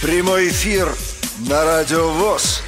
Прямой эфир на Радио ВОС.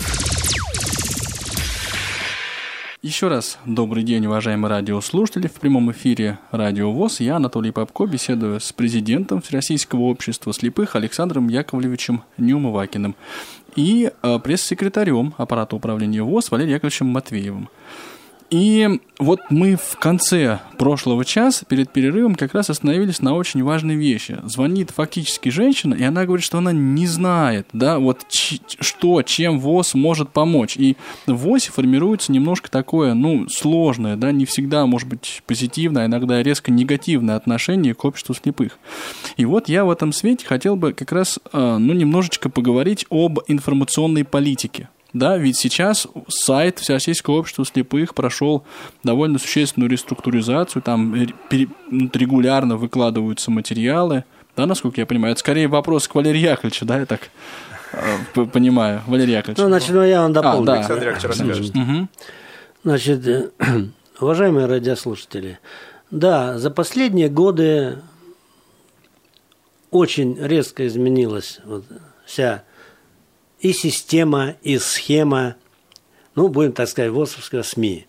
Еще раз добрый день, уважаемые радиослушатели. В прямом эфире Радио ВОС я, Анатолий Попко, беседую с президентом Всероссийского общества слепых Александром Яковлевичем Неумывакиным и пресс-секретарем аппарата управления ВОС Валерием Яковлевичем Матвеевым. И вот мы в конце прошлого часа, перед перерывом, как раз остановились на очень важной вещи. Звонит фактически женщина, и она говорит, что она не знает, да, вот чем ВОС может помочь. И в ВОСе формируется немножко такое, сложное, да, не всегда, может быть, позитивное, а иногда резко негативное отношение к обществу слепых. И вот я в этом свете хотел бы как раз, немножечко поговорить об информационной политике. Да, ведь сейчас сайт Всероссийского общества слепых прошел довольно существенную реструктуризацию, там регулярно выкладываются материалы, да, насколько я понимаю. Это скорее вопрос к Валерию Яковлевичу, да, я так понимаю. Валерий Яковлевич. Начну я вам дополню. Да. Александр Яковлевич расскажет. Значит, уважаемые радиослушатели, да, за последние годы очень резко изменилась вся и система, и схема, будем так сказать, ВОСовского СМИ.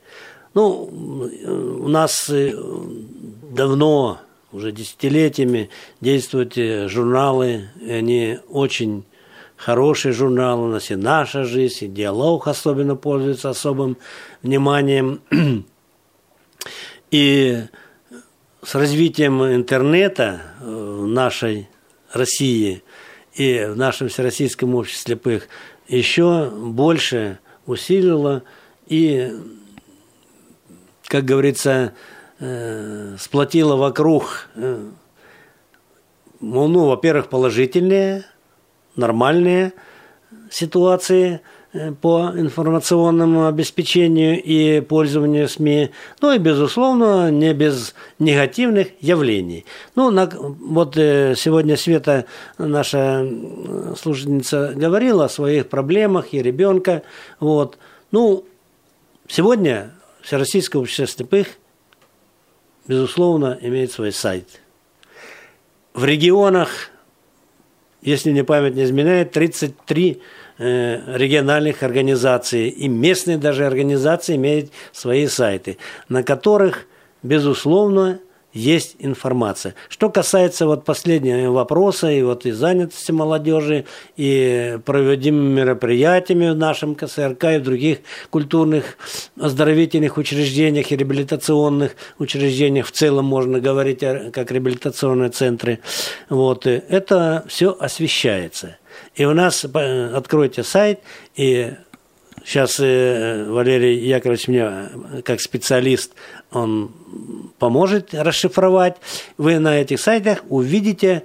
У нас давно, уже десятилетиями действуют журналы, и они очень хорошие журналы, у нас и «Наша жизнь», и «Диалог» особенно пользуется особым вниманием. И с развитием интернета в нашей России и в нашем Всероссийском обществе слепых еще больше усилило и, как говорится, сплотило вокруг, во-первых, положительные, нормальные ситуации по информационному обеспечению и пользованию СМИ, и, безусловно, не без негативных явлений. Сегодня Света, наша слушательница, говорила о своих проблемах и ребенка. Сегодня Всероссийское общество слепых, безусловно, имеет свой сайт. В регионах, если мне память не изменяет, 33 региональных организаций и местные даже организации имеют свои сайты, на которых, безусловно, есть информация. Что касается последнего вопроса и занятости молодежи, и проводимыми мероприятиями в нашем КСРК и в других культурных оздоровительных учреждениях и реабилитационных учреждениях, в целом можно говорить как реабилитационные центры, это все освещается. И у нас, откройте сайт, и сейчас Валерий Яковлевич мне, как специалист, он поможет расшифровать. Вы на этих сайтах увидите,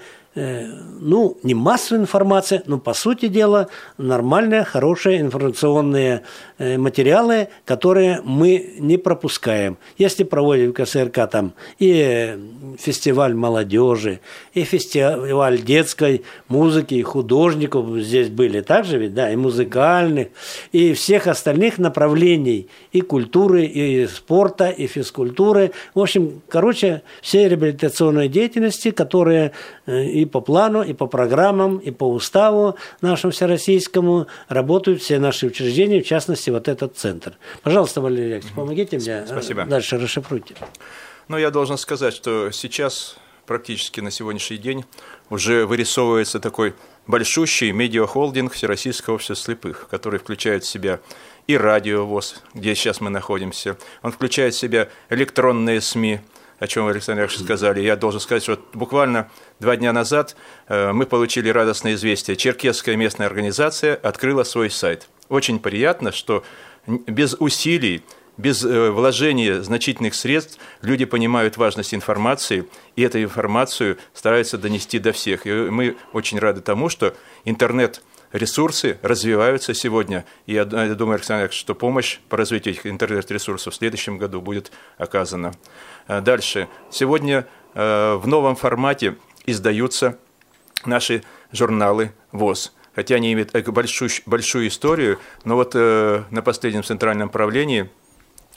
не массовую информацию, но, по сути дела, нормальные, хорошие информационные материалы, которые мы не пропускаем. Если проводим в КСРК там и фестиваль молодежи, и фестиваль детской музыки, и художников здесь были также, ведь, да, и музыкальных, и всех остальных направлений, и культуры, и спорта, и физкультуры. В общем, все реабилитационные деятельности, которые и по плану, и по программам, и по уставу нашему всероссийскому работают все наши учреждения, в частности, этот центр. Пожалуйста, Валерий Яковлевич, помогите мне. Спасибо. Дальше расшифруйте. Я должен сказать, что сейчас, практически на сегодняшний день, уже вырисовывается такой большущий медиахолдинг Всероссийского общества слепых, который включает в себя и радио ВОС, где сейчас мы находимся, он включает в себя электронные СМИ, о чем вы, Александр Яковлевич, сказали. Я должен сказать, что буквально 2 дня назад мы получили радостное известие. Черкесская местная организация открыла свой сайт. Очень приятно, что без усилий, без вложения значительных средств люди понимают важность информации, и эту информацию стараются донести до всех. И мы очень рады тому, что интернет-ресурсы развиваются сегодня. И я думаю, Александр Яковлевич, что помощь по развитию этих интернет-ресурсов в следующем году будет оказана. Дальше. Сегодня в новом формате издаются наши журналы ВОС. Хотя они имеют большую историю, но на последнем центральном правлении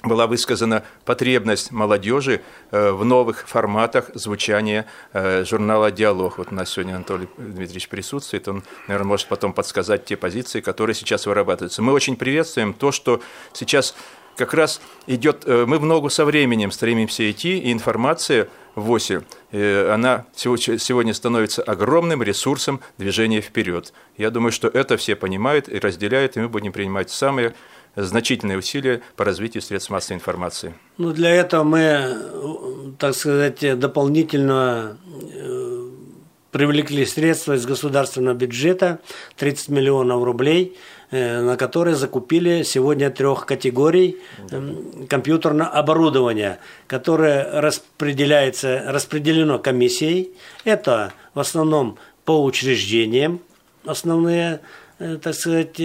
была высказана потребность молодежи в новых форматах звучания журнала «Диалог». Вот у нас сегодня Анатолий Дмитриевич присутствует, он, наверное, может потом подсказать те позиции, которые сейчас вырабатываются. Мы очень приветствуем то, что сейчас как раз идет, мы в ногу со временем стремимся идти, и информация в ВОСе, она сегодня становится огромным ресурсом движения вперед. Я думаю, что это все понимают и разделяют, и мы будем принимать самые значительные усилия по развитию средств массовой информации. Ну, для этого мы, так сказать, дополнительно привлекли средства из государственного бюджета, 30 миллионов рублей, на которые закупили сегодня 3 категорий компьютерного оборудования, которое распределено комиссией. Это в основном по учреждениям, основные, так сказать,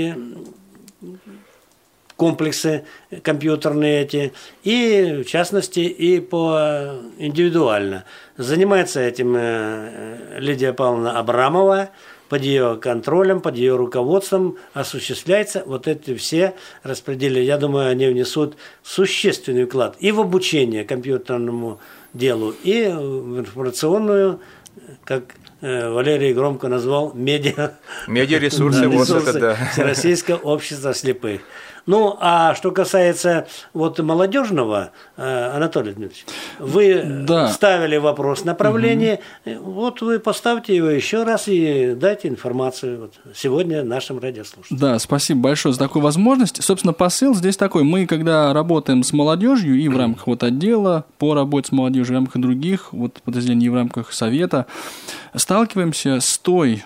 комплексы компьютерные эти, и в частности и по индивидуально. Занимается этим Лидия Павловна Абрамова, под ее контролем, под ее руководством осуществляется вот эти все распределения. Я думаю, они внесут существенный вклад и в обучение компьютерному делу, и в информационную, как Валерий громко назвал, медиаресурсы, вот это да. Всероссийского общества слепых. Ну, а что касается вот молодежного, Анатолий Дмитриевич, вы ставили вопрос направления, вот вы поставьте его еще раз и дайте информацию вот сегодня нашим радиослушателям. Да, спасибо большое за такую возможность. Собственно, посыл здесь такой. Мы, когда работаем с молодежью и в рамках вот отдела по работе с молодежью, в рамках других вот подразделений, в рамках совета, сталкиваемся с той,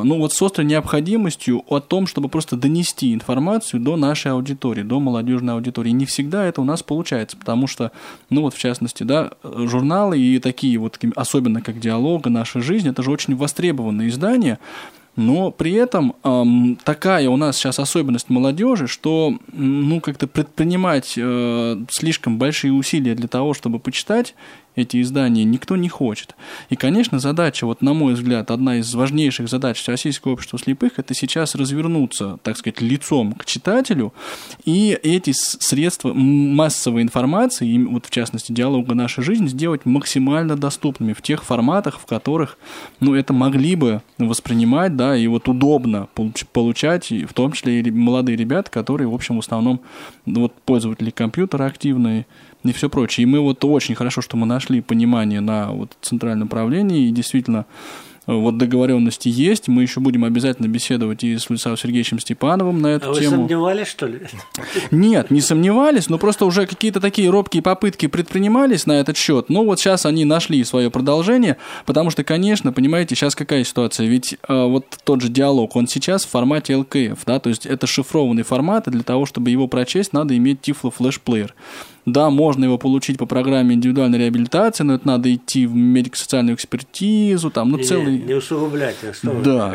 с острой необходимостью о том, чтобы просто донести информацию до нашей аудитории, до молодежной аудитории. И не всегда это у нас получается, потому что, в частности, журналы и такие вот, особенно как «Диалог» и «Наша жизнь», это же очень востребованные издания. Но при этом такая у нас сейчас особенность молодежи, что как-то предпринимать слишком большие усилия для того, чтобы почитать эти издания, никто не хочет. И, конечно, задача, на мой взгляд, одна из важнейших задач Всероссийского общества слепых, это сейчас развернуться, так сказать, лицом к читателю, и эти средства массовой информации, и в частности, «Диалога «Наша жизнь», сделать максимально доступными в тех форматах, в которых это могли бы воспринимать, и удобно получать, в том числе и молодые ребята, которые, в общем, в основном пользователи компьютера активные, и все прочее. И мы очень хорошо, что мы нашли понимание на центральном управлении, и действительно договоренности есть. Мы еще будем обязательно беседовать и с Владиславом Сергеевичем Степановым на эту тему. Вы сомневались, что ли? Нет, не сомневались, но просто уже какие-то такие робкие попытки предпринимались на этот счет. Сейчас они нашли свое продолжение, потому что, конечно, понимаете, сейчас какая ситуация? Ведь тот же «Диалог», он сейчас в формате ЛКФ, то есть это шифрованный формат, и для того, чтобы его прочесть, надо иметь тифло-флешплеер. Да, можно его получить по программе индивидуальной реабилитации, но это надо идти в медико-социальную экспертизу, целый... Не усугублять, что вы. Да,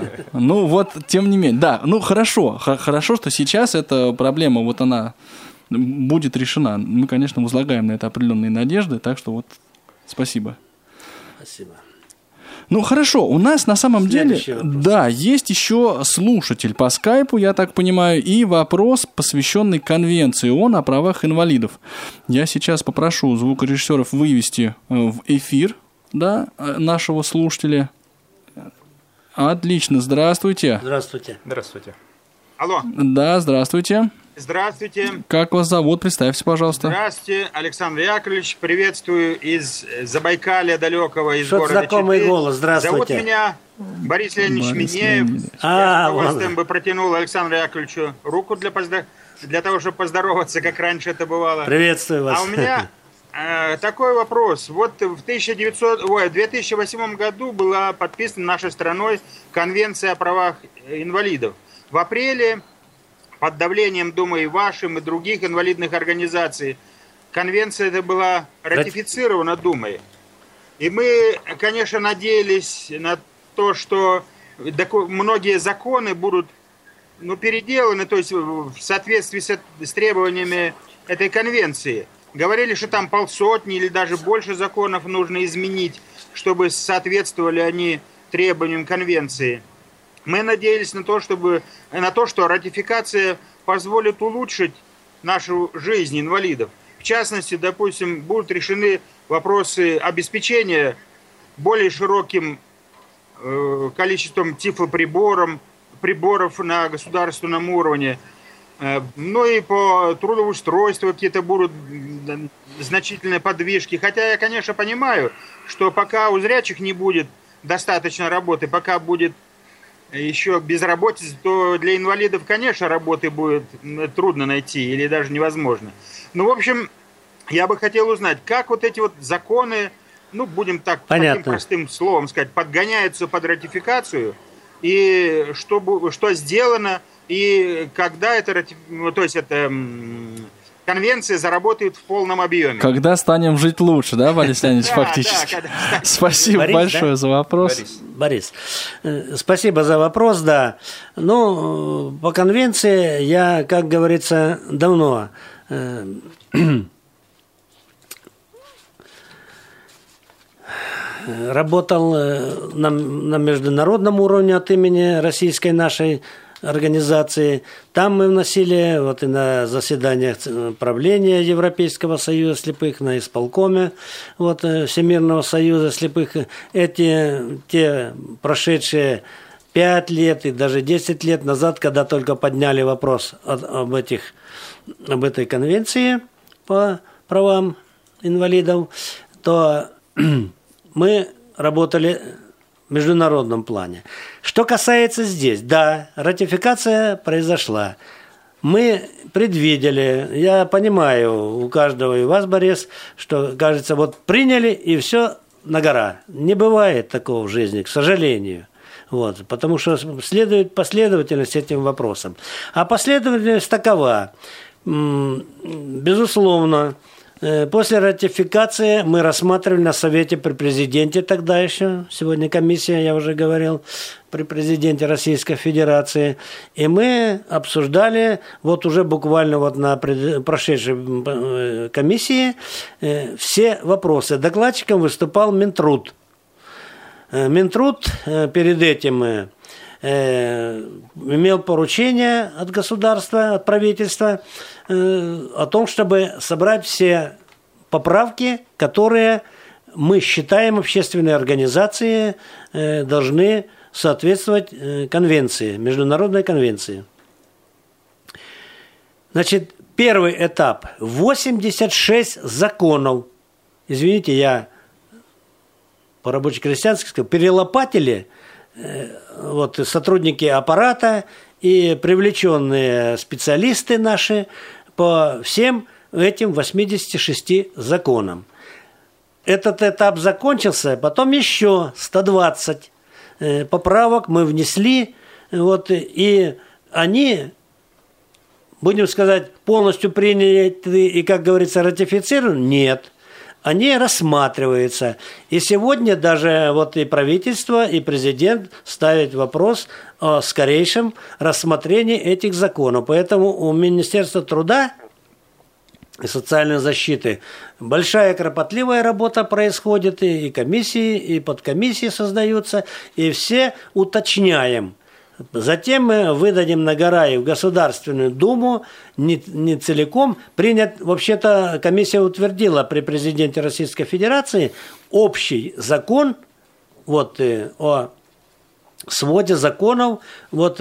тем не менее, да, хорошо, что сейчас эта проблема, она будет решена. Мы, конечно, возлагаем на это определенные надежды, так что спасибо. Спасибо. Хорошо, у нас на самом деле, есть еще слушатель по скайпу, я так понимаю, и вопрос, посвященный Конвенции ООН о правах инвалидов. Я сейчас попрошу звукорежиссеров вывести в эфир, нашего слушателя. Отлично, здравствуйте. Здравствуйте. Здравствуйте. Алло. Да, здравствуйте. Здравствуйте. Как вас зовут? Представьте, пожалуйста. Здравствуйте, Александр Яковлевич. Приветствую из Забайкалья далекого, из города знакомый Читы. голос. Здравствуйте. Зовут меня Борис Леонидович Минеев. Я с удовольствием бы протянул Александру Яковлевичу руку для того, чтобы поздороваться, как раньше это бывало. Приветствую вас. А у меня такой вопрос. В 2008 году была подписана нашей страной Конвенция о правах инвалидов. В апреле под давлением, думаю, и вашим, и других инвалидных организаций, конвенция эта была ратифицирована Думой. И мы, конечно, надеялись на то, что многие законы будут переделаны, то есть в соответствии с требованиями этой конвенции. Говорили, что там 500 или даже больше законов нужно изменить, чтобы соответствовали они требованиям конвенции. Мы надеялись на то, что ратификация позволит улучшить нашу жизнь инвалидов. В частности, допустим, будут решены вопросы обеспечения более широким количеством приборов на государственном уровне. Ну и по трудоустройству какие-то будут значительные подвижки. Хотя я, конечно, понимаю, что пока у зрячих не будет достаточно работы, пока будет еще безработица, то для инвалидов, конечно, работы будет трудно найти или даже невозможно. Ну, в общем, я бы хотел узнать, как вот эти вот законы, ну, будем так таким простым словом сказать, подгоняются под ратификацию, и что сделано, и когда это, то есть это конвенция заработает в полном объеме. Когда станем жить лучше, да, Борис Леонидович, фактически? Спасибо большое за вопрос. Борис, спасибо за вопрос, да. Ну, по конвенции я, как говорится, давно работал на международном уровне от имени российской нашей организации. Там мы вносили вот и на заседаниях правления Европейского союза слепых, на исполкоме вот, Всемирного союза слепых. Те прошедшие 5 лет и даже 10 лет назад, когда только подняли вопрос об этой конвенции по правам инвалидов, то мы работали в международном плане. Что касается здесь, да, ратификация произошла. Мы предвидели, я понимаю, у каждого и вас, Борис, что, кажется, вот приняли и все на гора. Не бывает такого в жизни, к сожалению. Вот, потому что следует последовательность этим вопросам. А последовательность такова. Безусловно, после ратификации мы рассматривали на Совете при президенте тогда еще, сегодня комиссия, я уже говорил, при президенте Российской Федерации, и мы обсуждали вот уже буквально вот на прошедшей комиссии все вопросы. Докладчиком выступал Минтруд. Минтруд перед этим имел поручение от государства, от правительства о том, чтобы собрать все поправки, которые мы считаем, общественные организации должны соответствовать конвенции, международной конвенции. Значит, первый этап – 86 законов. Извините, я по-рабоче-крестьянски сказал, перелопатили вот, сотрудники аппарата и привлеченные специалисты наши по всем этим 86 законам. Этот этап закончился, потом еще 120 поправок мы внесли, вот, и они, будем сказать, полностью приняты и, как говорится, ратифицированы? Нет. Они рассматриваются. И сегодня даже вот и правительство, и президент ставят вопрос о скорейшем рассмотрении этих законов. Поэтому у Министерства труда и социальной защиты большая кропотливая работа происходит, и комиссии, и подкомиссии создаются, и все уточняем. Затем мы выдадим на гора и в Государственную Думу, не целиком. Принят, вообще-то комиссия утвердила при президенте Российской Федерации общий закон вот, о своде законов вот,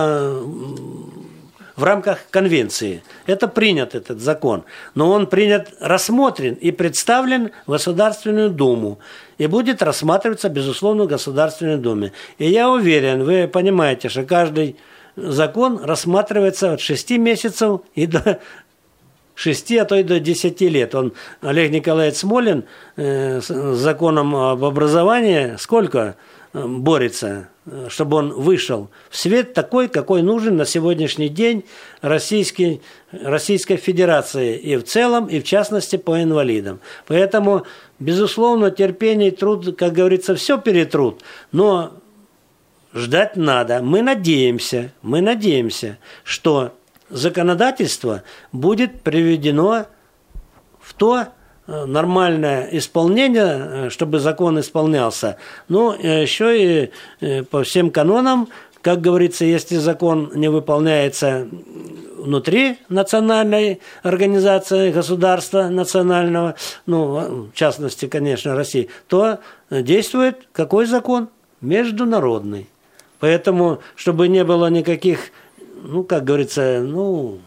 в рамках конвенции. Это принят этот закон. Но он принят, рассмотрен и представлен в Государственную Думу. И будет рассматриваться, безусловно, в Государственной Думе. И я уверен, вы понимаете, что каждый закон рассматривается от 6 месяцев и до 6, а то и до 10 лет. Олег Николаевич Смолин с законом об образовании сколько борется, чтобы он вышел в свет такой, какой нужен на сегодняшний день Российской Федерации и в целом, и в частности по инвалидам. Поэтому, безусловно, терпение и труд, как говорится, все перетрут, но ждать надо. Мы надеемся, что законодательство будет приведено в то нормальное исполнение, чтобы закон исполнялся. Но еще и по всем канонам, как говорится, если закон не выполняется в внутри национальной организации государства национального, ну, в частности, конечно, России, то действует какой закон? Международный. Поэтому, чтобы не было никаких, ну, как говорится, ну,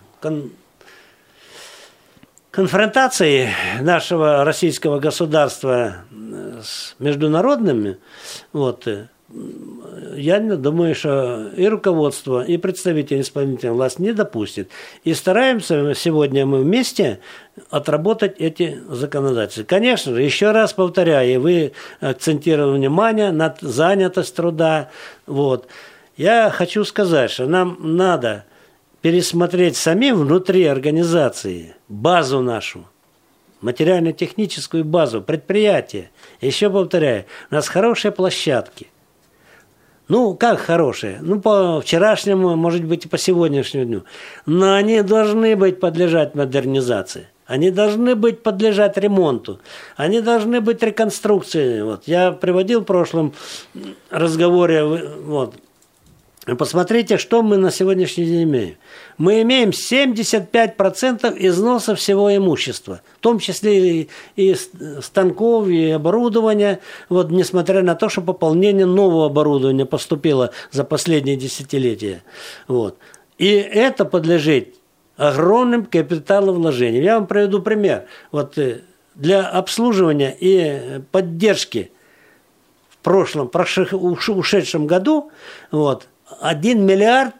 конфронтации нашего российского государства с международными, вот, я думаю, что и руководство, и представители исполнительной власти не допустят. И стараемся сегодня мы вместе отработать эти законодательства. Конечно же, еще раз повторяю, вы акцентировали внимание на занятость труда. Вот. Я хочу сказать, что нам надо пересмотреть самим внутри организации базу нашу, материально-техническую базу, предприятия. Еще повторяю, у нас хорошие площадки. Ну, как хорошие? Ну, по вчерашнему, может быть, и по сегодняшнему дню. Но они должны быть подлежать модернизации. Они должны быть подлежать ремонту. Они должны быть реконструкцией. Вот. Я приводил в прошлом разговоре, вот. Посмотрите, что мы на сегодняшний день имеем. Мы имеем 75% износа всего имущества, в том числе и станков, и оборудования, вот, несмотря на то, что пополнение нового оборудования поступило за последние десятилетия. Вот. И это подлежит огромным капиталовложениям. Я вам приведу пример. Вот, для обслуживания и поддержки в ушедшем году, вот, 1 миллиард,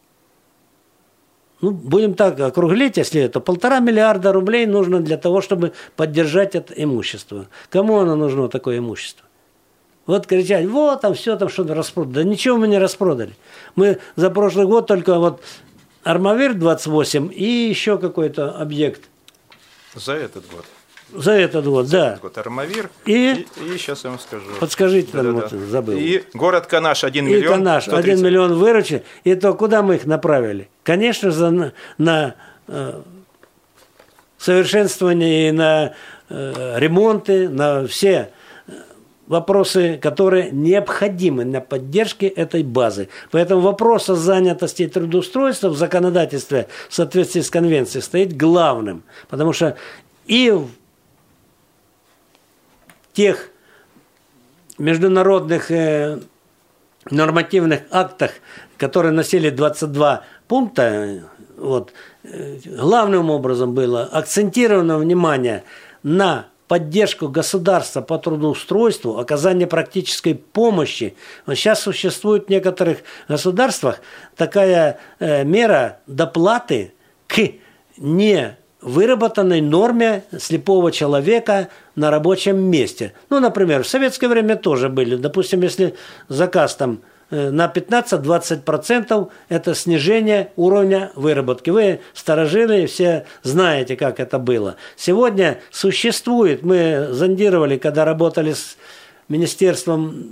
ну, будем так округлить, если это 1,5 миллиарда рублей нужно для того, чтобы поддержать это имущество. Кому оно нужно, такое имущество? Вот кричать, вот там все там что-то распродали. Да ничего мы не распродали. Мы за прошлый год только вот Армавир 28 и еще какой-то объект. За этот год. За этот год, да. Этот год Армавир. И сейчас я вам скажу. Подскажите, да, вот, забыл. И город Канаш 1 миллион. И Канаш 130. 1 миллион выручили. И то куда мы их направили? Конечно же, на совершенствование и на ремонты, на все вопросы, которые необходимы для поддержки этой базы. Поэтому вопрос о занятости и трудоустройства в законодательстве в соответствии с конвенцией стоит главным. Потому что и в тех международных нормативных актах, которые носили 22 пункта, вот, главным образом было акцентировано внимание на поддержку государства по трудоустройству, оказание практической помощи. Вот сейчас существует в некоторых государствах такая мера доплаты к невыработанной норме слепого человека на рабочем месте. Ну, например, в советское время тоже были. Допустим, если заказ там на 15-20% это снижение уровня выработки. Вы старожилы, все знаете, как это было. Сегодня существует, мы зондировали, когда работали с Министерством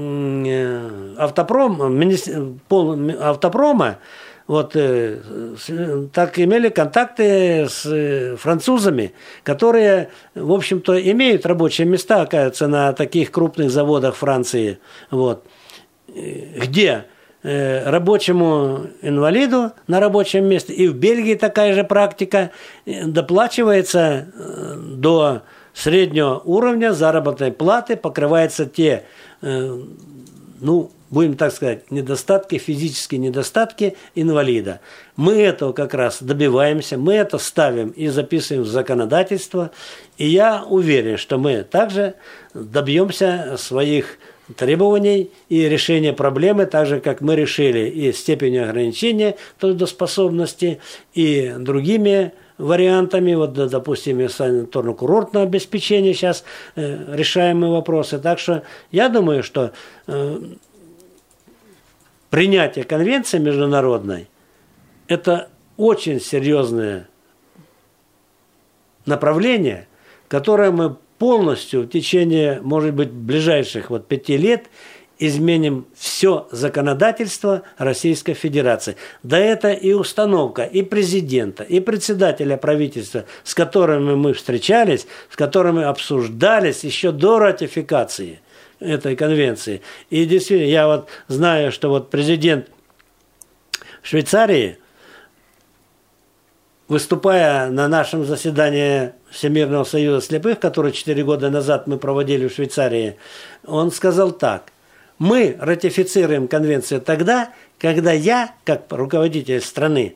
автопрома, вот, так имели контакты с французами, которые, в общем-то, имеют рабочие места, оказывается, на таких крупных заводах Франции, вот, где рабочему инвалиду на рабочем месте, и в Бельгии такая же практика, доплачивается до среднего уровня заработной платы, покрываются те, ну, будем так сказать, недостатки, физические недостатки инвалида. Мы этого как раз добиваемся, мы это ставим и записываем в законодательство, и я уверен, что мы также добьемся своих требований и решения проблемы, так же, как мы решили и степень ограничения трудоспособности, и другими вариантами, вот, допустим, санаторно-курортное обеспечение сейчас решаемые вопросы. Так что я думаю, что принятие конвенции международной – это очень серьезное направление, которое мы полностью в течение, может быть, ближайших 5 лет изменим все законодательство Российской Федерации. Да это и установка и президента, и председателя правительства, с которыми мы встречались, с которыми обсуждались еще до ратификации этой конвенции. И действительно, я вот знаю, что вот президент Швейцарии выступая на нашем заседании Всемирного союза слепых, который 4 года назад мы проводили в Швейцарии, он сказал так: мы ратифицируем конвенцию тогда, когда я, как руководитель страны,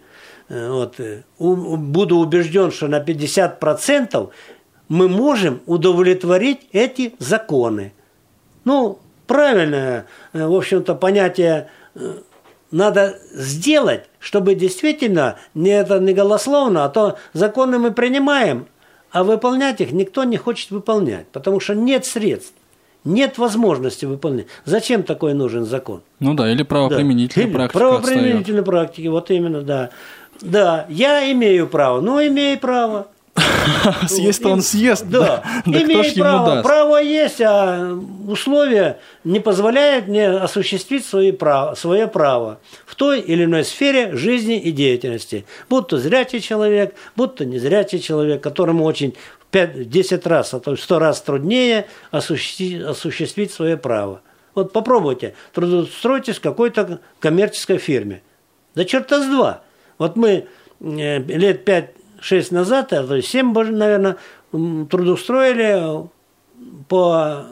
буду убежден, что на 50% мы можем удовлетворить эти законы. Ну, правильное, в общем-то, понятие надо сделать, чтобы действительно это не голословно, а то законы мы принимаем, а выполнять их никто не хочет выполнять, потому что нет средств, нет возможности выполнять. Зачем такой нужен закон? Ну да, или правоприменительная практика. Правоприменительной практики, вот именно, да. Да, я имею право, имею право. Съест он съест, да. Имеет право, даст? Право есть, а условия не позволяют мне осуществить свое право в той или иной сфере жизни и деятельности. Будь то зрячий человек, будь то незрячий человек, которому очень 5-10 раз, а то 100 раз труднее осуществить свое право. Вот попробуйте, трудоустройтесь в какой-то коммерческой фирме. Да черта с два. Вот мы лет 5-6 назад, а то есть 7, наверное, трудоустроили по,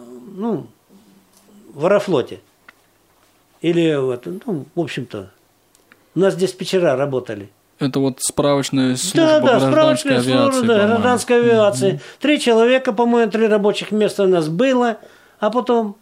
в Аэрофлоте. Или, в общем-то, у нас диспетчера работали. Это вот справочная служба гражданской авиации. Да, гражданской авиации. 3 человека, по-моему, 3 рабочих места у нас было, а потом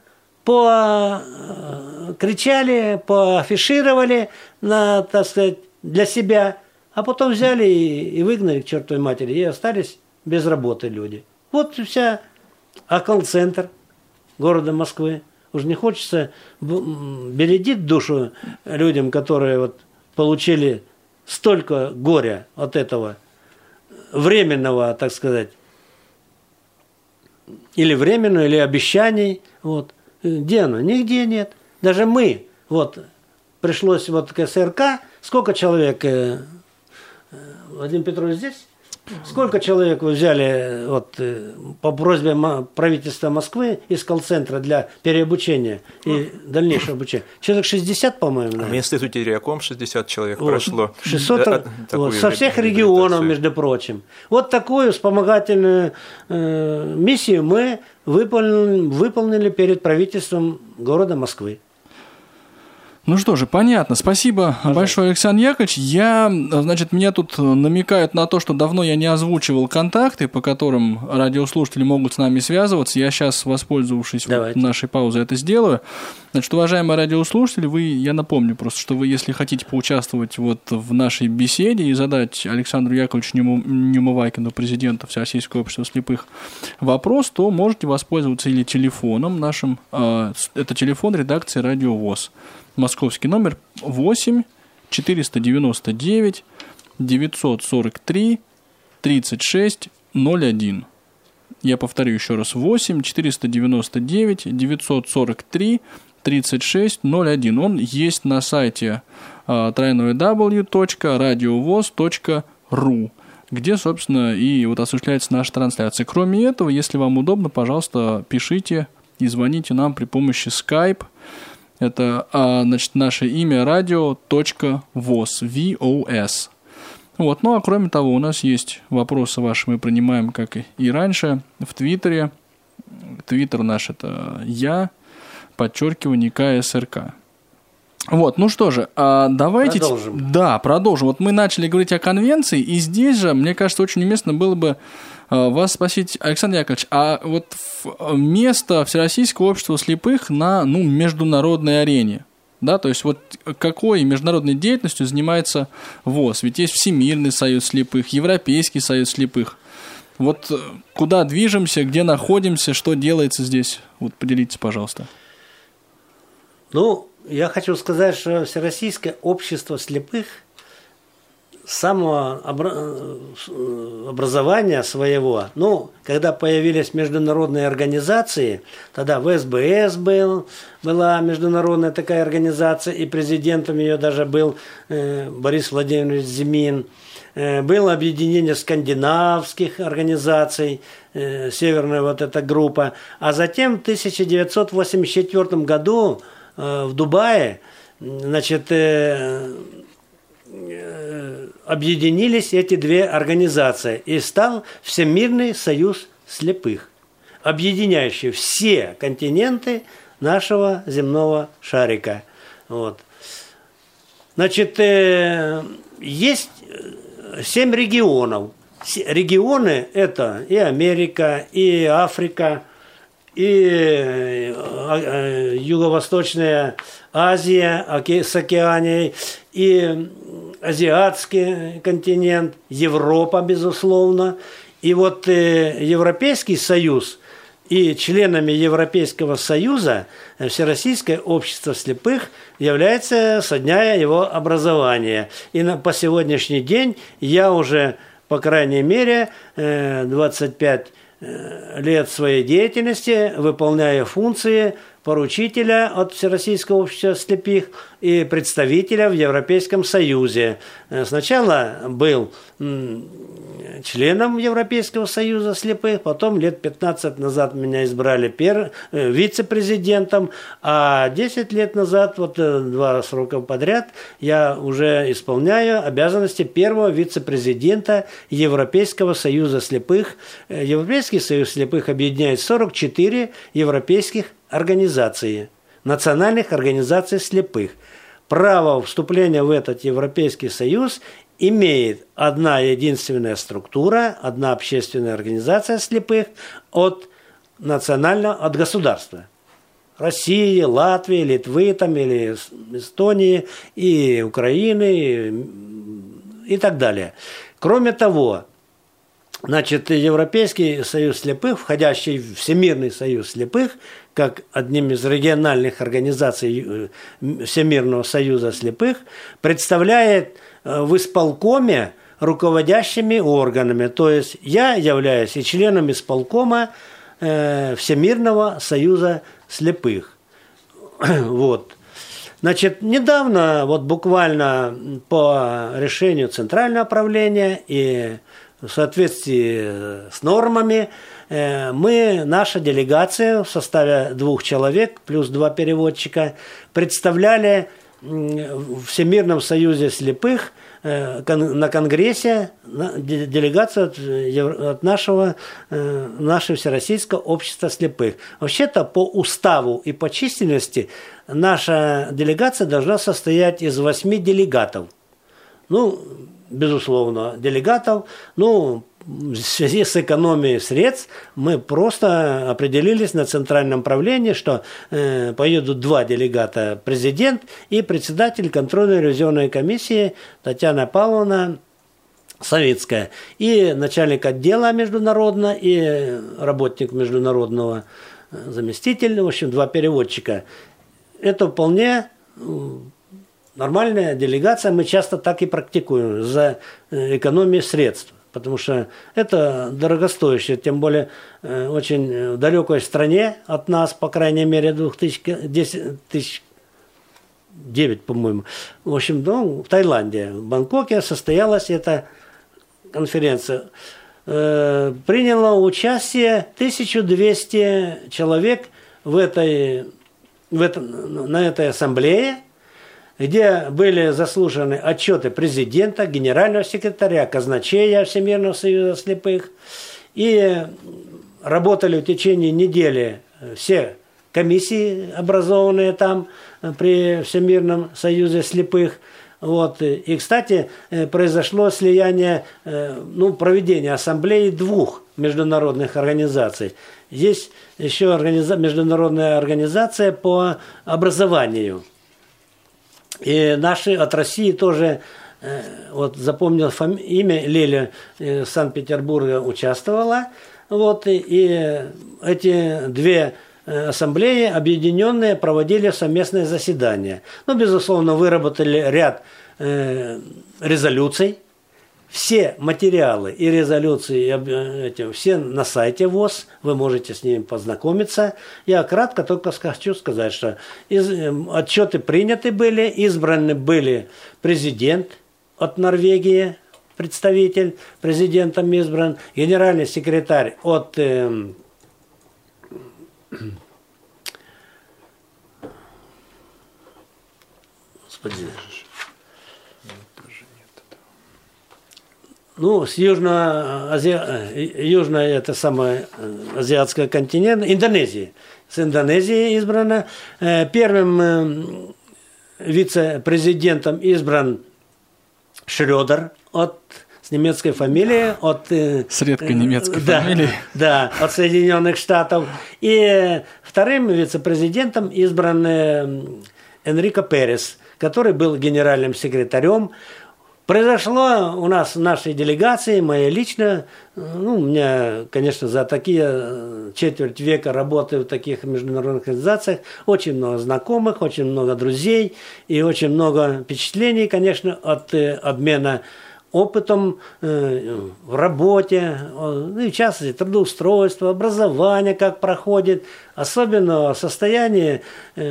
кричали, поафишировали, так сказать, для себя, а потом взяли и выгнали к чертовой матери, и остались без работы люди. Вот и вся. А колл-центр города Москвы. Уж не хочется бередить душу людям, которые получили столько горя от этого временного, так сказать, или временного, или обещаний. Где оно? Нигде нет. Даже мы, пришлось к СРК, сколько человек, Владимир Петрович здесь? Сколько человек вы взяли по просьбе правительства Москвы из колл-центра для переобучения и дальнейшего обучения? Человек 60, по-моему. В институте Реаком 60 человек прошло. 600 со всех регионов, между прочим. Вот такую вспомогательную миссию мы выполнили перед правительством города Москвы. Ну что же, понятно. Спасибо большое, Александр Яковлевич. Меня тут намекают на то, что давно я не озвучивал контакты, по которым радиослушатели могут с нами связываться. Я сейчас, воспользовавшись нашей паузой, это сделаю. Уважаемые радиослушатели, я напомню просто, что вы, если хотите поучаствовать в нашей беседе и задать Александру Яковлевичу Нюмовакину, президенту Всероссийского общества слепых, вопрос, то можете воспользоваться или телефоном нашим, это телефон редакции «Радио ВОС». Московский номер 8 499 943 36 01. Я повторю еще раз: 8 499 943 36 01. Он есть на сайте www.radiovoz.ru, где, собственно, и осуществляется наша трансляция. Кроме этого, если вам удобно, пожалуйста, пишите и звоните нам при помощи Skype. Это, наше имя radio.voz, VOS. Ну, а кроме того, у нас есть вопросы ваши, мы принимаем, как и раньше, в Твиттере. Твиттер наш — это _КСРК. Ну что же, давайте... Продолжим. Да, продолжим. Мы начали говорить о конвенции, и здесь же, мне кажется, очень уместно было бы вас спросить, Александр Яковлевич, место Всероссийского общества слепых на международной арене? Да, то есть какой международной деятельностью занимается ВОС? Ведь есть Всемирный союз слепых, Европейский союз слепых. Куда движемся, где находимся, что делается здесь? Поделитесь, пожалуйста. Я хочу сказать, что Всероссийское общество слепых с самого образования своего, когда появились международные организации, тогда ВСБС была международная такая организация, и президентом ее даже был Борис Владимирович Зимин. Было объединение скандинавских организаций, северная эта группа. А затем в 1984 году в Дубае, объединились эти две организации, и стал Всемирный союз слепых, объединяющий все континенты нашего земного шарика. Вот. Значит, есть 7 регионов. Регионы – это и Америка, и Африка, и Юго-Восточная Азия с Океанией, и Азиатский континент, Европа, безусловно. И вот Европейский Союз и членами Европейского Союза Всероссийское общество слепых является со дня его образования. И по сегодняшний день я уже, по крайней мере, 25 лет своей деятельности выполняю функции поручителя от Всероссийского общества слепых и представителя в Европейском Союзе. Сначала был членом Европейского Союза слепых, потом лет 15 назад меня избрали вице-президентом, а 10 лет назад, вот 2 срока подряд, я уже исполняю обязанности первого вице-президента Европейского Союза слепых. Европейский Союз слепых объединяет 44 европейских организации, национальных организаций слепых. Право вступления в этот Европейский Союз имеет одна единственная структура, одна общественная организация слепых от государства. России, Латвии, Литвы там, или Эстонии, и Украины, и так далее. Кроме того, значит, Европейский Союз слепых, входящий в Всемирный Союз слепых, как одним из региональных организаций Всемирного Союза слепых, представляет в исполкоме руководящими органами. То есть я являюсь и членом исполкома Всемирного Союза слепых. Вот. Значит, недавно, вот буквально по решению Центрального правления и в соответствии с нормами, наша делегация в составе 2 человек плюс 2 переводчика представляли в Всемирном Союзе слепых на Конгрессе делегацию от нашего Всероссийского общества слепых. Вообще-то по уставу и по численности наша делегация должна состоять из 8 делегатов. Ну, безусловно, делегатов. Ну, в связи с экономией средств мы просто определились на центральном правлении, что поедут 2 делегата, президент и председатель контрольно-ревизионной комиссии Татьяна Павловна Савицкая, и начальник отдела международного, и работник международного заместитель, в общем, 2 переводчика. Это вполне нормальная делегация, мы часто так и практикуем за экономию средств. Потому что это дорогостоящее, тем более очень в далекой стране от нас, по крайней мере, 2009, по-моему. В общем, в Таиланде, в Бангкоке состоялась эта конференция. Приняло участие 1200 человек на этой ассамблее, где были заслушаны отчеты президента, генерального секретаря, казначея Всемирного Союза слепых. И работали в течение недели все комиссии, образованные там при Всемирном Союзе слепых. Вот. И, кстати, произошло слияние, проведение ассамблеи 2 международных организаций. Есть еще международная организация по образованию. И наши от России тоже, вот запомнил имя, Леля из Санкт-Петербурга участвовала. Вот, и эти 2 ассамблеи, объединенные, проводили совместное заседание. Ну, безусловно, выработали ряд резолюций. Все материалы и резолюции все на сайте ВОС, вы можете с ними познакомиться. Я кратко только хочу сказать, что отчеты приняты были, избраны были президент от Норвегии, представитель, президентом избран, генеральный секретарь от Ну, с южной это самое азиатского континента, Индонезии. С Индонезии избрано. Первым вице-президентом избран Шрёдер с немецкой фамилией. С редкой немецкой фамилией. Да, от Соединенных Штатов. И вторым вице-президентом избран Энрико Перес, который был генеральным секретарем. Произошло у нас в нашей делегации, моя лично, у меня, конечно, за такие четверть века работы в таких международных организациях, очень много знакомых, очень много друзей и очень много впечатлений, конечно, от обмена опытом в работе, ну, в частности, трудоустройство, образование, как проходит, особенно состояние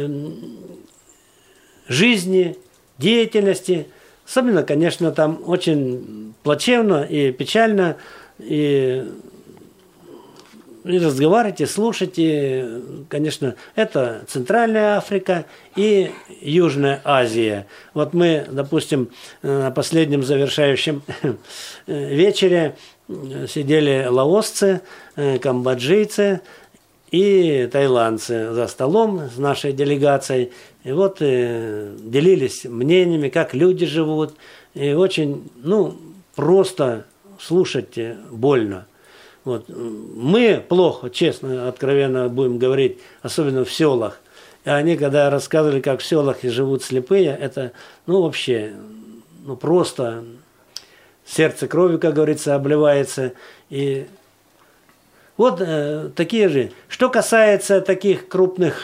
жизни, деятельности. Особенно, конечно, там очень плачевно и печально, и разговаривать, и слушать, и, конечно, это Центральная Африка и Южная Азия. Вот мы, допустим, на последнем завершающем вечере сидели лаосцы, камбоджийцы и таиландцы за столом с нашей делегацией. И вот делились мнениями, как люди живут. И очень, просто слушать больно. Вот. Мы плохо, честно, откровенно будем говорить, особенно в селах. И они, когда рассказывали, как в селах и живут слепые, это, вообще, просто сердце кровью, как говорится, обливается. И вот такие же. Что касается таких крупных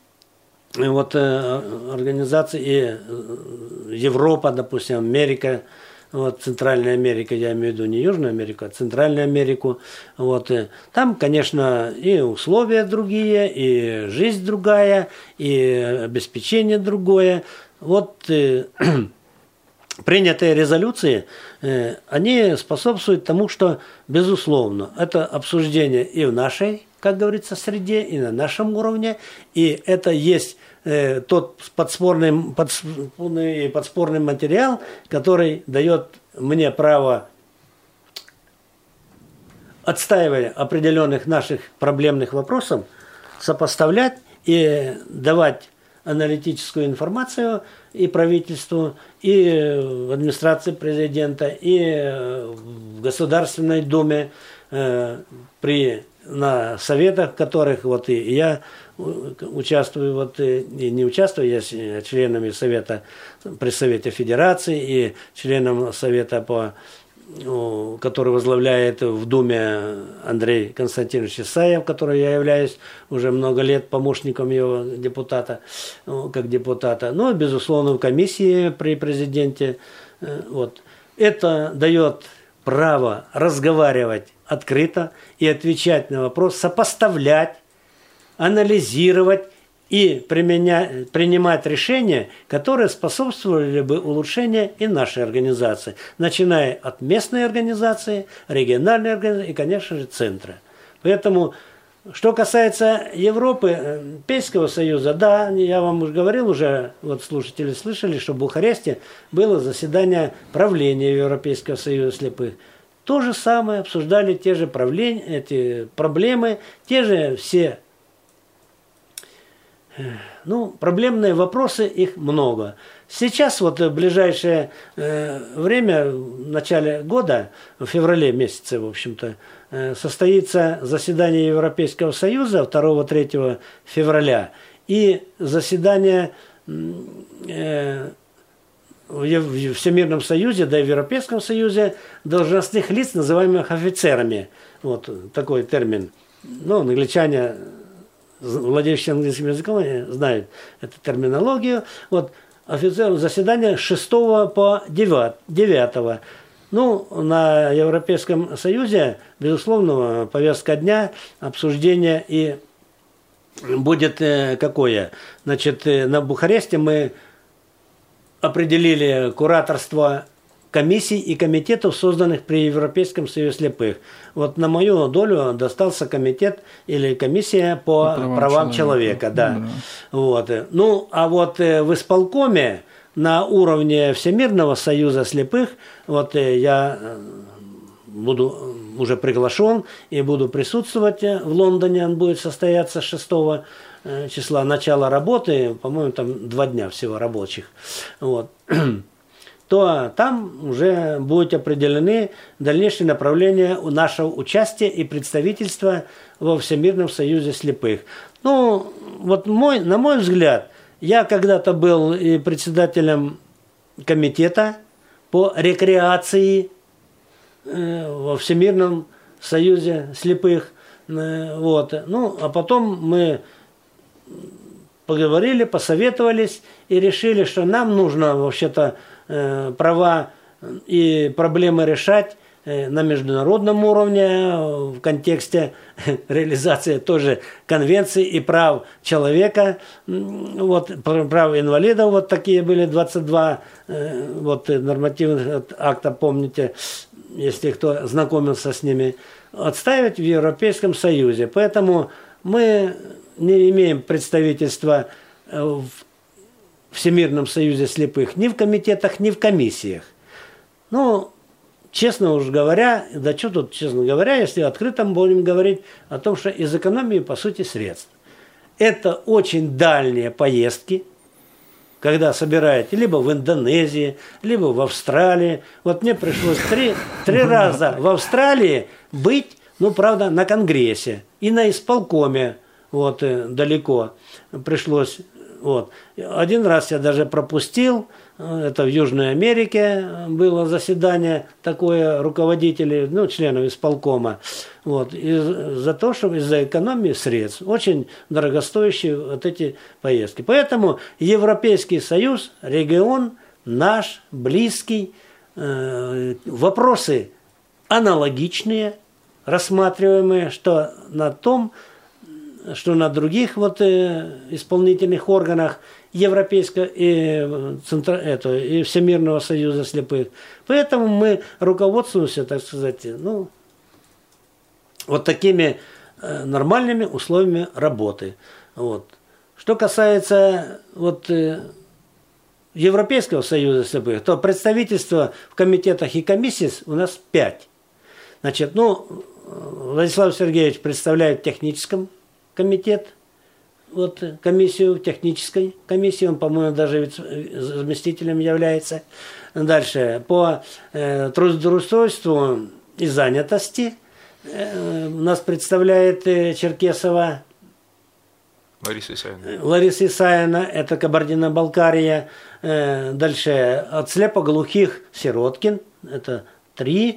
организаций, и Европа, допустим, Америка, Центральная Америка, я имею в виду не Южную Америку, а Центральную Америку. Там, конечно, и условия другие, и жизнь другая, и обеспечение другое. Принятые резолюции, они способствуют тому, что, безусловно, это обсуждение и в нашей, как говорится, среде, и на нашем уровне, и это есть тот подспорный материал, который дает мне право, отстаивая определенных наших проблемных вопросов, сопоставлять и давать аналитическую информацию и правительству, и в администрации президента, и в Государственной Думе, на советах, в которых и я участвую, и не участвую, я членами совета при Совете Федерации и членом совета, который возглавляет в Думе Андрей Константинович Исаев, который я являюсь уже много лет помощником его депутата, как депутата. Безусловно, в комиссии при президенте. Это дает право разговаривать открыто и отвечать на вопрос, сопоставлять, анализировать и принимать решения, которые способствовали бы улучшению и нашей организации, начиная от местной организации, региональной организации и, конечно же, центра. Поэтому, что касается Европы, Европейского Союза, да, я вам уже говорил, слушатели слышали, что в Бухаресте было заседание правления Европейского Союза слепых. То же самое, обсуждали те же эти проблемы, те же все проблемные вопросы, их много. Сейчас в ближайшее время, в начале года, в феврале месяце, в общем-то, состоится заседание Европейского Союза 2-3 февраля и заседание в Всемирном Союзе, да и в Европейском Союзе должностных лиц, называемых офицерами. Такой термин. Англичане, владеющие английским языком, знают эту терминологию. Офицеров заседания с 6 по 9. На Европейском Союзе, безусловно, повестка дня, обсуждение и будет какое? На Бухаресте мы определили кураторство комиссий и комитетов, созданных при Европейском Союзе слепых. На мою долю достался комитет или комиссия по правам человека. Да. В исполкоме на уровне Всемирного Союза слепых, я буду уже приглашен и буду присутствовать в Лондоне. Он будет состояться 6 числа, начала работы, по-моему, там 2 дня всего рабочих. Вот. То там уже будут определены дальнейшие направления нашего участия и представительства во Всемирном союзе слепых. Ну, вот на мой взгляд, я когда-то был и председателем комитета по рекреации во Всемирном союзе слепых. Вот. Ну, а потом мы поговорили, посоветовались и решили, что нам нужно вообще-то права и проблемы решать на международном уровне в контексте реализации тоже конвенции и прав человека, вот, прав инвалидов, вот такие были 22 вот, нормативных акта, помните, если кто знакомился с ними, отстаивать в Европейском Союзе. Поэтому мы не имеем представительства в Всемирном союзе слепых ни в комитетах, ни в комиссиях. Ну, честно уж говоря, да что тут, честно говоря, если открыто будем говорить о том, что из экономии, по сути, средств. Это очень дальние поездки, когда собираете либо в Индонезии, либо в Австралии. Вот мне пришлось три раза в Австралии быть, ну, правда, на конгрессе и на исполкоме, вот, далеко пришлось. Вот. Один раз я даже пропустил, это в Южной Америке было заседание такое руководителей, ну, членов исполкома, вот, за то, что из-за экономии средств, очень дорогостоящие вот эти поездки. Поэтому Европейский Союз, регион наш, близкий, вопросы аналогичные, рассматриваемые, что на том, что на других вот исполнительных органах Европейского и Всемирного союза слепых. Поэтому мы руководствуемся, так сказать, ну, вот такими нормальными условиями работы. Вот. Что касается вот, Европейского союза слепых, то представительство в комитетах и комиссиях у нас 5. Значит, ну, Владислав Сергеевич представляет в техническом комитет, вот, комиссию, технической комиссии, он, по-моему, даже заместителем является. Дальше, по трудоустройству и занятости нас представляет Черкесова Лариса Исаевна, это Кабардино-Балкария. Дальше, от слепоглухих Сироткин, это 3.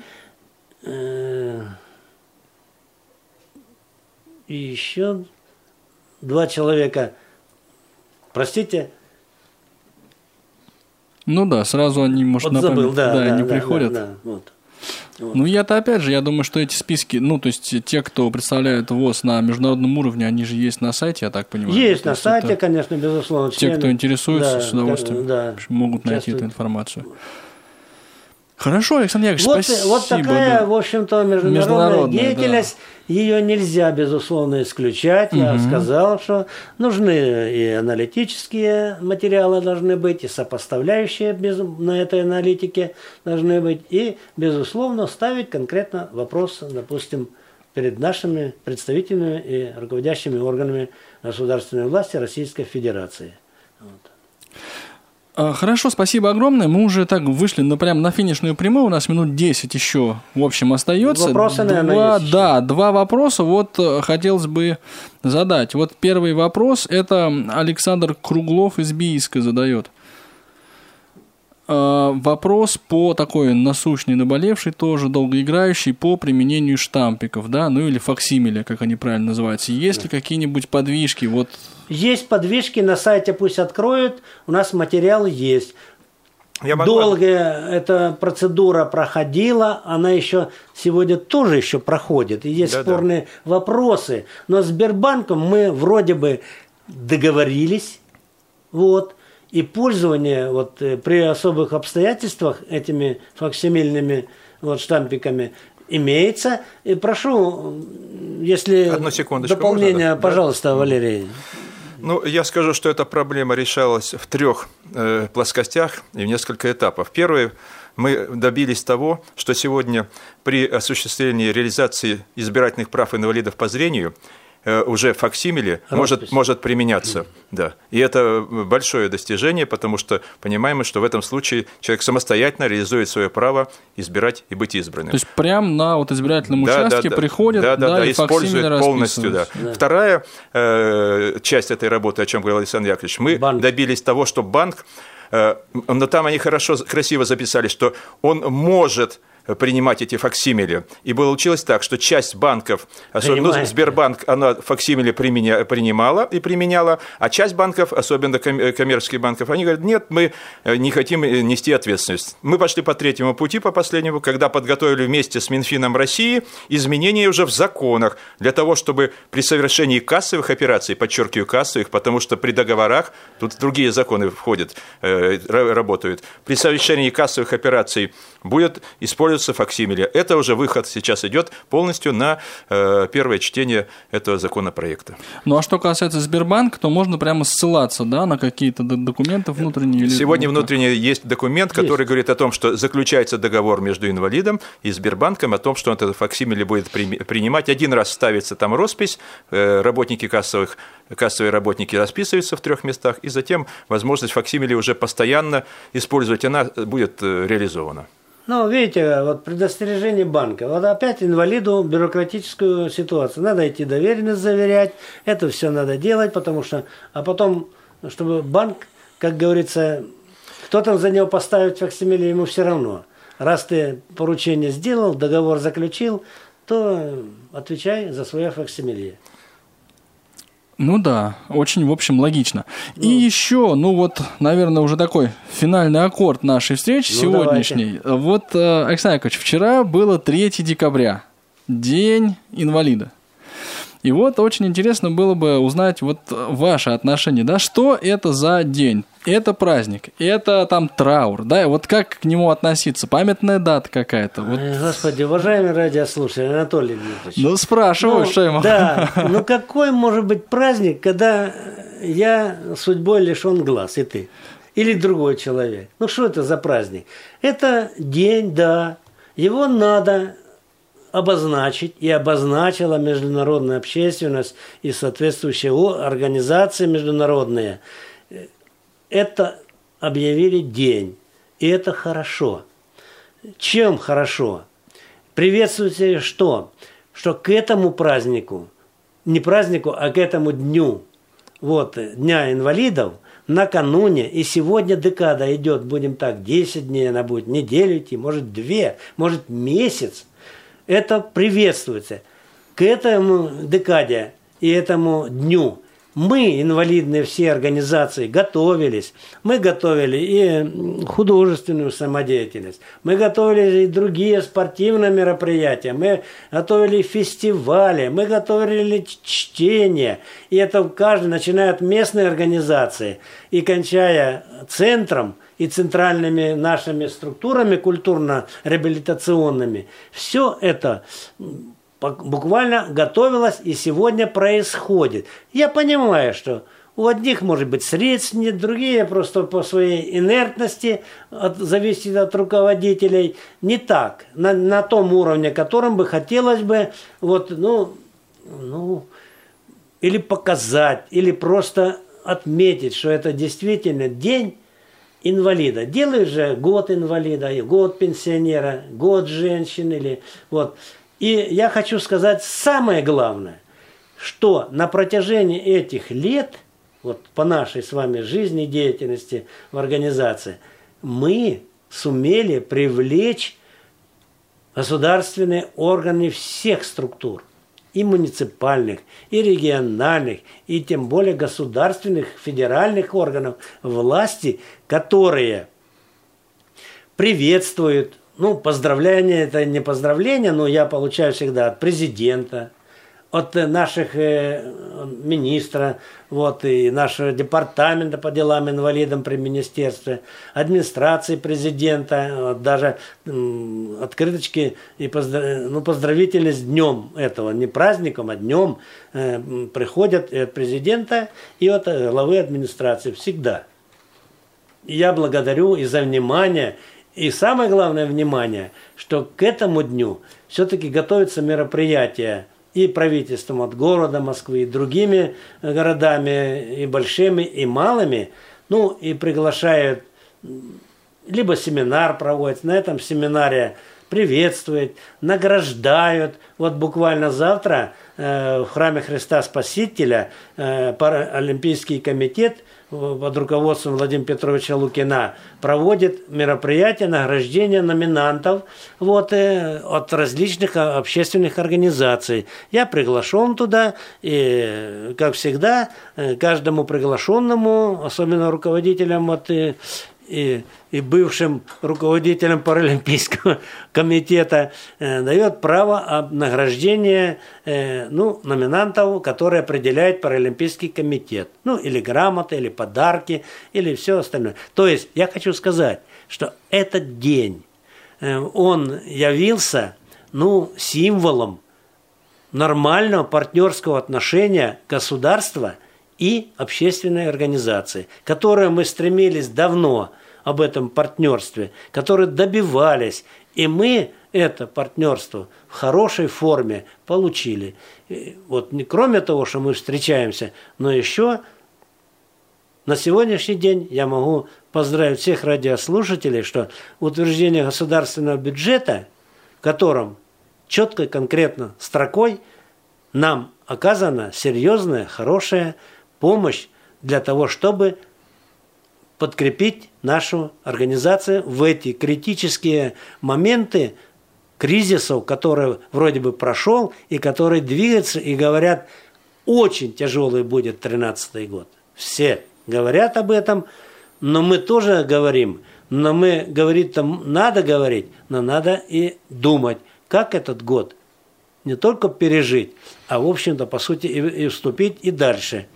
И еще 2 человека. Простите. Ну да, сразу они, может, вот забыл, не приходят. Да, вот. Ну, я-то опять же, я думаю, что эти списки, ну, то есть те, кто представляет ВОС на международном уровне, они же есть на сайте, я так понимаю. Есть на сайте, конечно, безусловно. Те, кто интересуется, с удовольствием могут найти участвуют. эту информацию. Хорошо, Александр Яковлевич, спасибо. Вот такая, в общем-то, международная деятельность. Да. Ее нельзя, безусловно, исключать. Я сказал, что нужны и аналитические материалы должны быть, и сопоставляющие на этой аналитике должны быть, и, безусловно, ставить конкретно вопрос, допустим, перед нашими представительными и руководящими органами государственной власти Российской Федерации. Вот. Хорошо, спасибо огромное. Мы уже так вышли прямо на финишную прямую. У нас минут 10 еще, в общем, остается. Вопросы, наверное, есть. Да, 2 вопроса. Вот хотелось бы задать. Вот первый вопрос, это Александр Круглов из Бийска задает. Вопрос по такой насущный, наболевший, тоже долгоиграющий, по применению штампиков, да, ну или факсимиле, как они правильно называются. Есть ли какие-нибудь подвижки? Вот. Есть подвижки, на сайте пусть откроют, у нас материал есть. Долгая эта процедура проходила, она еще сегодня тоже еще проходит, и есть спорные вопросы. Но с Сбербанком мы вроде бы договорились, вот. И пользование вот, при особых обстоятельствах этими факсимильными вот, штампиками имеется. И прошу, если дополнение, можно, пожалуйста, да? Валерий. Ну, я скажу, что эта проблема решалась в 3 плоскостях и в несколько этапов. Первый мы добились того, что сегодня при осуществлении реализации избирательных прав инвалидов по зрению уже факсимиле может применяться. Да. И это большое достижение, потому что понимаем, что в этом случае человек самостоятельно реализует свое право избирать и быть избранным. То есть прямо на вот избирательном участке приходят, и используют полностью. Да. Вторая часть этой работы, о чем говорил Александр Яковлевич, мы добились того, что банк, но там они красиво записали, что он может принимать эти факсимили. И получилось так, что часть банков, особенно Сбербанк, она факсимили применяла, а часть банков, особенно коммерческих банков, они говорят, нет, мы не хотим нести ответственность. Мы пошли по третьему пути, по последнему, когда подготовили вместе с Минфином России изменения уже в законах для того, чтобы при совершении кассовых операций, подчеркиваю, кассовых, потому что при договорах, тут другие законы входят, работают, при совершении кассовых операций будет использоваться факсимиле. Это уже выход сейчас идет полностью на первое чтение этого законопроекта. Ну а что касается Сбербанка, то можно прямо ссылаться, да, на какие-то документы внутренние? Сегодня внутренне есть документ, который говорит о том, что заключается договор между инвалидом и Сбербанком о том, что он этот факсимиле будет принимать. Один раз ставится там роспись, работники кассовые работники расписываются в 3 местах, и затем возможность факсимиле уже постоянно использовать, она будет реализована. Ну, видите, вот предостережение банка. Вот опять инвалиду бюрократическую ситуацию. Надо идти доверенность заверять, это все надо делать, потому что... А потом, чтобы банк, как говорится, кто там за него поставит факсимиле, ему все равно. Раз ты поручение сделал, договор заключил, то отвечай за свое факсимиле. Ну да, очень, в общем, логично. И еще, наверное, уже такой финальный аккорд нашей встречи сегодняшней. Давайте. Вот, Александр Яковлевич, вчера было 3 декабря, День инвалида. И вот очень интересно было бы узнать вот ваше отношение, да, что это за день? Это праздник, это там траур, да, вот как к нему относиться? Памятная дата какая-то? Вот. Господи, уважаемый радиослушатель Анатолий Дмитриевич. Ну, спрашиваю, что ему. Да, какой может быть праздник, когда я судьбой лишен глаз, и ты? Или другой человек? Ну, что это за праздник? Это день, да, его надо обозначить, и обозначила международная общественность и соответствующие организации международные. Это объявили день, и это хорошо. Чем хорошо? Приветствуйте что? Что к этому празднику, не празднику, а к этому дню, Дня инвалидов, накануне, и сегодня декада идет, будем так, 10 дней она будет, неделю идти, может 2, может месяц. Это приветствуется. К этому декаде и этому дню мы, инвалидные все организации, готовились. Мы готовили и художественную самодеятельность, мы готовили и другие спортивные мероприятия, мы готовили фестивали, мы готовили чтения. И это каждый, начиная от местной организации и кончая центром, и центральными нашими структурами культурно-реабилитационными, все это буквально готовилось и сегодня происходит. Я понимаю, что у одних, может быть, средств нет, другие просто по своей инертности, зависит от руководителей, не так, на том уровне, которым бы хотелось бы, или показать, или просто отметить, что это действительно день инвалида. Делаешь же год инвалида, год пенсионера, год женщины. И я хочу сказать самое главное, что на протяжении этих лет, по нашей с вами жизни, деятельности в организации, мы сумели привлечь государственные органы всех структур, и муниципальных, и региональных, и тем более государственных, федеральных органов власти, которые приветствуют, поздравления, это не поздравления, но я получаю всегда от президента, от наших министра, и нашего департамента по делам инвалидам при министерстве, администрации президента, даже открыточки и поздравительные с днем этого, не праздником, а днем приходят и от президента, и от главы администрации всегда. И я благодарю и за внимание, И самое главное внимание, что к этому дню все-таки готовятся мероприятия и правительством от города Москвы, и другими городами, и большими, и малыми, ну, и приглашают, либо семинар проводят, на этом семинаре приветствуют, награждают. Вот буквально завтра в храме Христа Спасителя Паралимпийский комитет под руководством Владимира Петровича Лукина проводит мероприятие награждения номинантов вот, от различных общественных организаций. Я приглашен туда, и, как всегда, каждому приглашенному, особенно руководителям вот, и бывшим руководителям Паралимпийского комитета дает право награждения номинантов, которые определяет Паралимпийский комитет. Ну, или грамоты, или подарки, или все остальное. То есть, я хочу сказать, что этот день, он явился, символом нормального партнерского отношения государства и общественной организации, которые мы стремились давно об этом партнерстве, которые добивались, и мы это партнерство в хорошей форме получили. И вот кроме того, что мы встречаемся, но еще на сегодняшний день я могу поздравить всех радиослушателей, что утверждение государственного бюджета, в котором четко и конкретно строкой нам оказана серьезная, хорошая помощь для того, чтобы подкрепить нашу организацию в эти критические моменты кризисов, которые вроде бы прошел и которые двигаются и говорят, очень тяжелый будет 2013 год. Все говорят об этом, но мы тоже говорим, но мы говорить-то надо говорить, но надо и думать, как этот год не только пережить, а в общем-то по сути и вступить и дальше.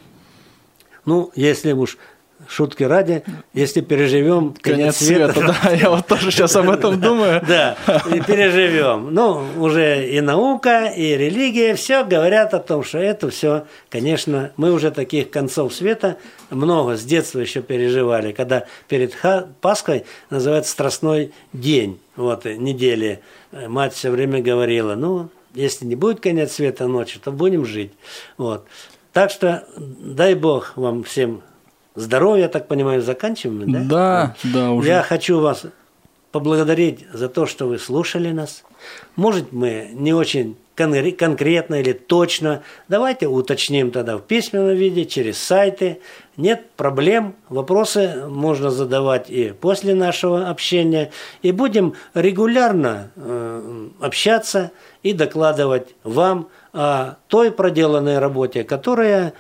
Если уж шутки ради, если переживем конец света. Да, я вот тоже сейчас об этом думаю. Да, и переживем. Уже и наука, и религия, все говорят о том, что это все, конечно, мы уже таких концов света много с детства еще переживали, когда перед Пасхой называется Страстной день, недели. Мать все время говорила, если не будет конец света ночью, то будем жить. Так что дай Бог вам всем здоровья, я так понимаю, заканчиваем, да? Да, уже. Я хочу вас поблагодарить за то, что вы слушали нас. Может, мы не очень конкретно или точно. Давайте уточним тогда в письменном виде, через сайты. Нет проблем, вопросы можно задавать и после нашего общения. И будем регулярно общаться и докладывать вам о той проделанной работе, которая,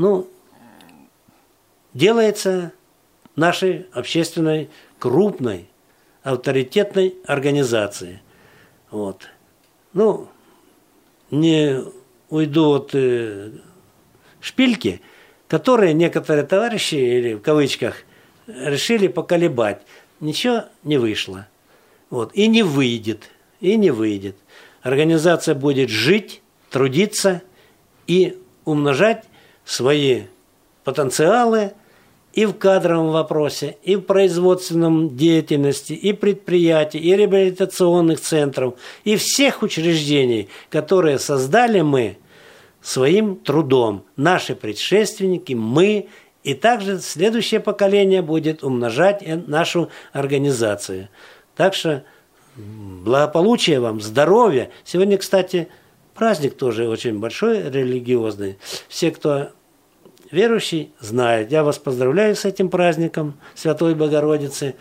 делается нашей общественной крупной авторитетной организацией. Не уйду от шпильки, которые некоторые товарищи, или в кавычках, решили поколебать. Ничего не вышло. И не выйдет. Организация будет жить, трудиться и умножать свои потенциалы и в кадровом вопросе, и в производственном деятельности, и предприятий, и реабилитационных центров, и всех учреждений, которые создали мы своим трудом, наши предшественники, мы, и также следующее поколение будет умножать нашу организацию. Так что благополучия вам, здоровья. Сегодня, кстати, праздник тоже очень большой, религиозный. Все, кто верующий, знает. Я вас поздравляю с этим праздником Святой Богородицы.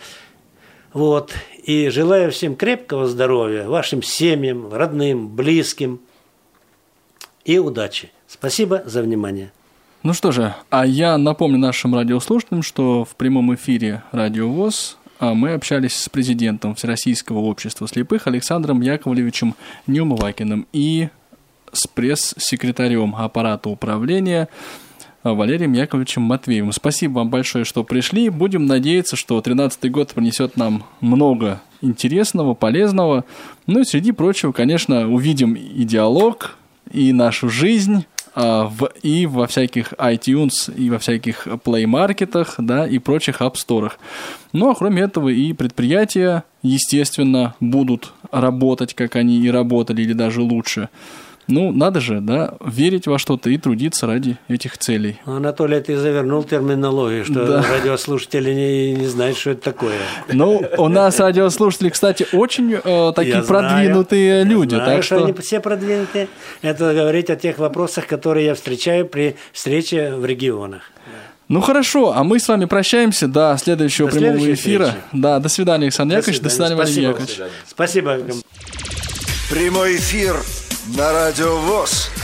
И желаю всем крепкого здоровья, вашим семьям, родным, близким и удачи. Спасибо за внимание. Ну что же, а я напомню нашим радиослушателям, что в прямом эфире Радио ВОС мы общались с президентом Всероссийского общества слепых Александром Яковлевичем Неумывакиным и с пресс-секретарем аппарата управления Валерием Яковлевичем Матвеевым. Спасибо вам большое, что пришли. Будем надеяться, что 2013 год принесет нам много интересного, полезного. И среди прочего, конечно, увидим и диалог, и нашу жизнь, и во всяких iTunes, и во всяких Play Market'ах, да, и прочих App Store'ах. Ну, а кроме этого и предприятия, естественно, будут работать, как они и работали, или даже лучше. Ну, надо же, да, верить во что-то и трудиться ради этих целей. Анатолий, ты завернул терминологию, что радиослушатели не знают, что это такое. Ну, у нас радиослушатели, кстати, очень такие продвинутые люди. Я знаю, что они все продвинутые. Это говорить о тех вопросах, которые я встречаю при встрече в регионах. Ну, хорошо, а мы с вами прощаемся до следующего прямого эфира. Встречи. Да, до свидания, Александр Яковлевич, до свидания, Валерий Яковлевич. Спасибо. Прямой эфир на Радио ВОС.